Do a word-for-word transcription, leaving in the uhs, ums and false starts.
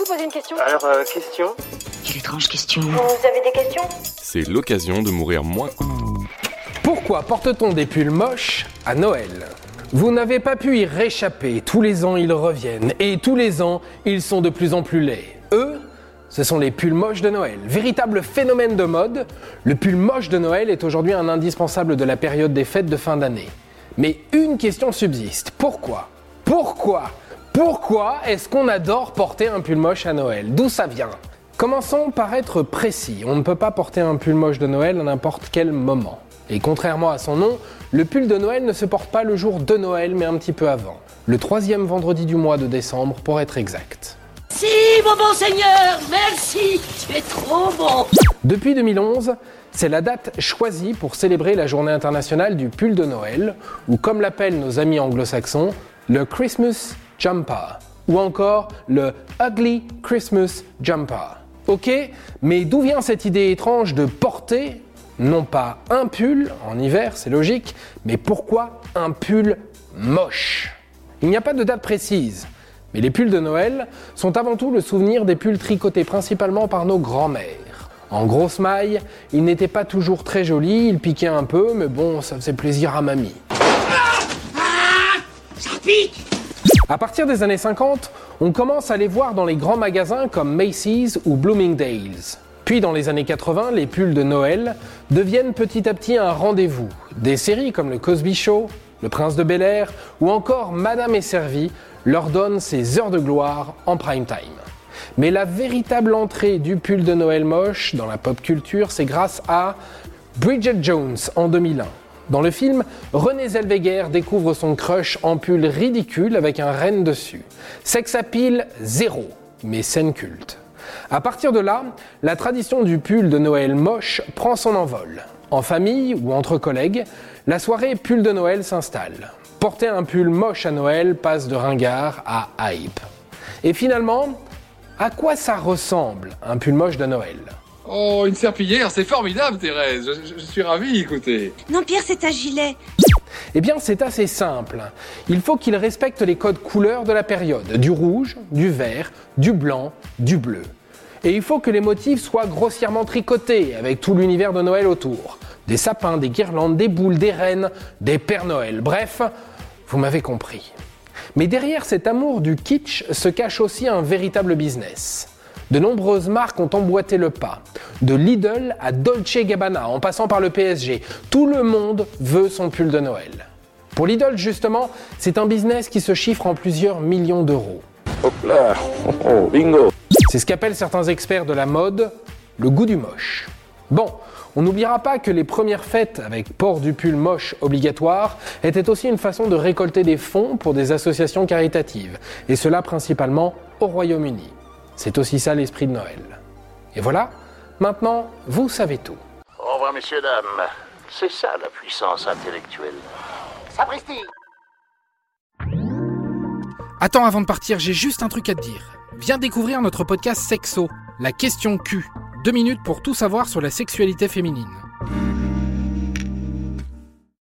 vous poser une question ? Alors, euh, question ? Quelle étrange question. Vous avez des questions ? C'est l'occasion de mourir moins. Pourquoi porte-t-on des pulls moches à Noël ? Vous n'avez pas pu y réchapper, tous les ans ils reviennent, et tous les ans ils sont de plus en plus laids. Eux, ce sont les pulls moches de Noël. Véritable phénomène de mode, le pull moche de Noël est aujourd'hui un indispensable de la période des fêtes de fin d'année. Mais une question subsiste, pourquoi ? Pourquoi ? Pourquoi est-ce qu'on adore porter un pull moche à Noël ? D'où ça vient ? Commençons par être précis, on ne peut pas porter un pull moche de Noël à n'importe quel moment. Et contrairement à son nom, le pull de Noël ne se porte pas le jour de Noël, mais un petit peu avant. Le troisième vendredi du mois de décembre, pour être exact. Si, mon bon Seigneur, merci, tu es trop bon. Depuis deux mille onze, c'est la date choisie pour célébrer la journée internationale du pull de Noël, ou comme l'appellent nos amis anglo-saxons, le Christmas Jumper, ou encore le Ugly Christmas Jumper. Ok, mais d'où vient cette idée étrange de porter non pas un pull, en hiver, c'est logique, mais pourquoi un pull moche ? Il n'y a pas de date précise, mais les pulls de Noël sont avant tout le souvenir des pulls tricotés principalement par nos grands-mères. En grosse maille, ils n'étaient pas toujours très jolis, ils piquaient un peu, mais bon, ça faisait plaisir à mamie. Ah, ah, ça pique. À partir des années cinquante, on commence à les voir dans les grands magasins comme Macy's ou Bloomingdale's. Puis dans les années quatre-vingts, les pulls de Noël deviennent petit à petit un rendez-vous. Des séries comme le Cosby Show, le Prince de Bel-Air ou encore Madame est servie leur donnent ces heures de gloire en prime time. Mais la véritable entrée du pull de Noël moche dans la pop culture, c'est grâce à Bridget Jones en deux mille un. Dans le film, Renée Zellweger découvre son crush en pull ridicule avec un renne dessus. Sex appeal zéro, mais scène culte. À partir de là, la tradition du pull de Noël moche prend son envol. En famille ou entre collègues, la soirée pull de Noël s'installe. Porter un pull moche à Noël passe de ringard à hype. Et finalement, à quoi ça ressemble un pull moche de Noël ? Oh, une serpillière, c'est formidable, Thérèse. Je, je, je suis ravi, écoutez. Non, Pierre, c'est un gilet. Eh bien, c'est assez simple. Il faut qu'il respecte les codes couleurs de la période. Du rouge, du vert, du blanc, du bleu. Et il faut que les motifs soient grossièrement tricotés, avec tout l'univers de Noël autour. Des sapins, des guirlandes, des boules, des rennes, des Pères Noël. Bref, vous m'avez compris. Mais derrière cet amour du kitsch se cache aussi un véritable business. De nombreuses marques ont emboîté le pas. De Lidl à Dolce and Gabbana, en passant par le P S G. Tout le monde veut son pull de Noël. Pour Lidl, justement, c'est un business qui se chiffre en plusieurs millions d'euros. Hop là, oh, bingo. C'est ce qu'appellent certains experts de la mode le goût du moche. Bon, on n'oubliera pas que les premières fêtes avec port du pull moche obligatoire étaient aussi une façon de récolter des fonds pour des associations caritatives, et cela principalement au Royaume-Uni. C'est aussi ça l'esprit de Noël. Et voilà, maintenant, vous savez tout. Au revoir, messieurs, dames. C'est ça la puissance intellectuelle. Sapristi. Attends, avant de partir, j'ai juste un truc à te dire. Viens découvrir notre podcast Sexo, la question Q. Deux minutes pour tout savoir sur la sexualité féminine.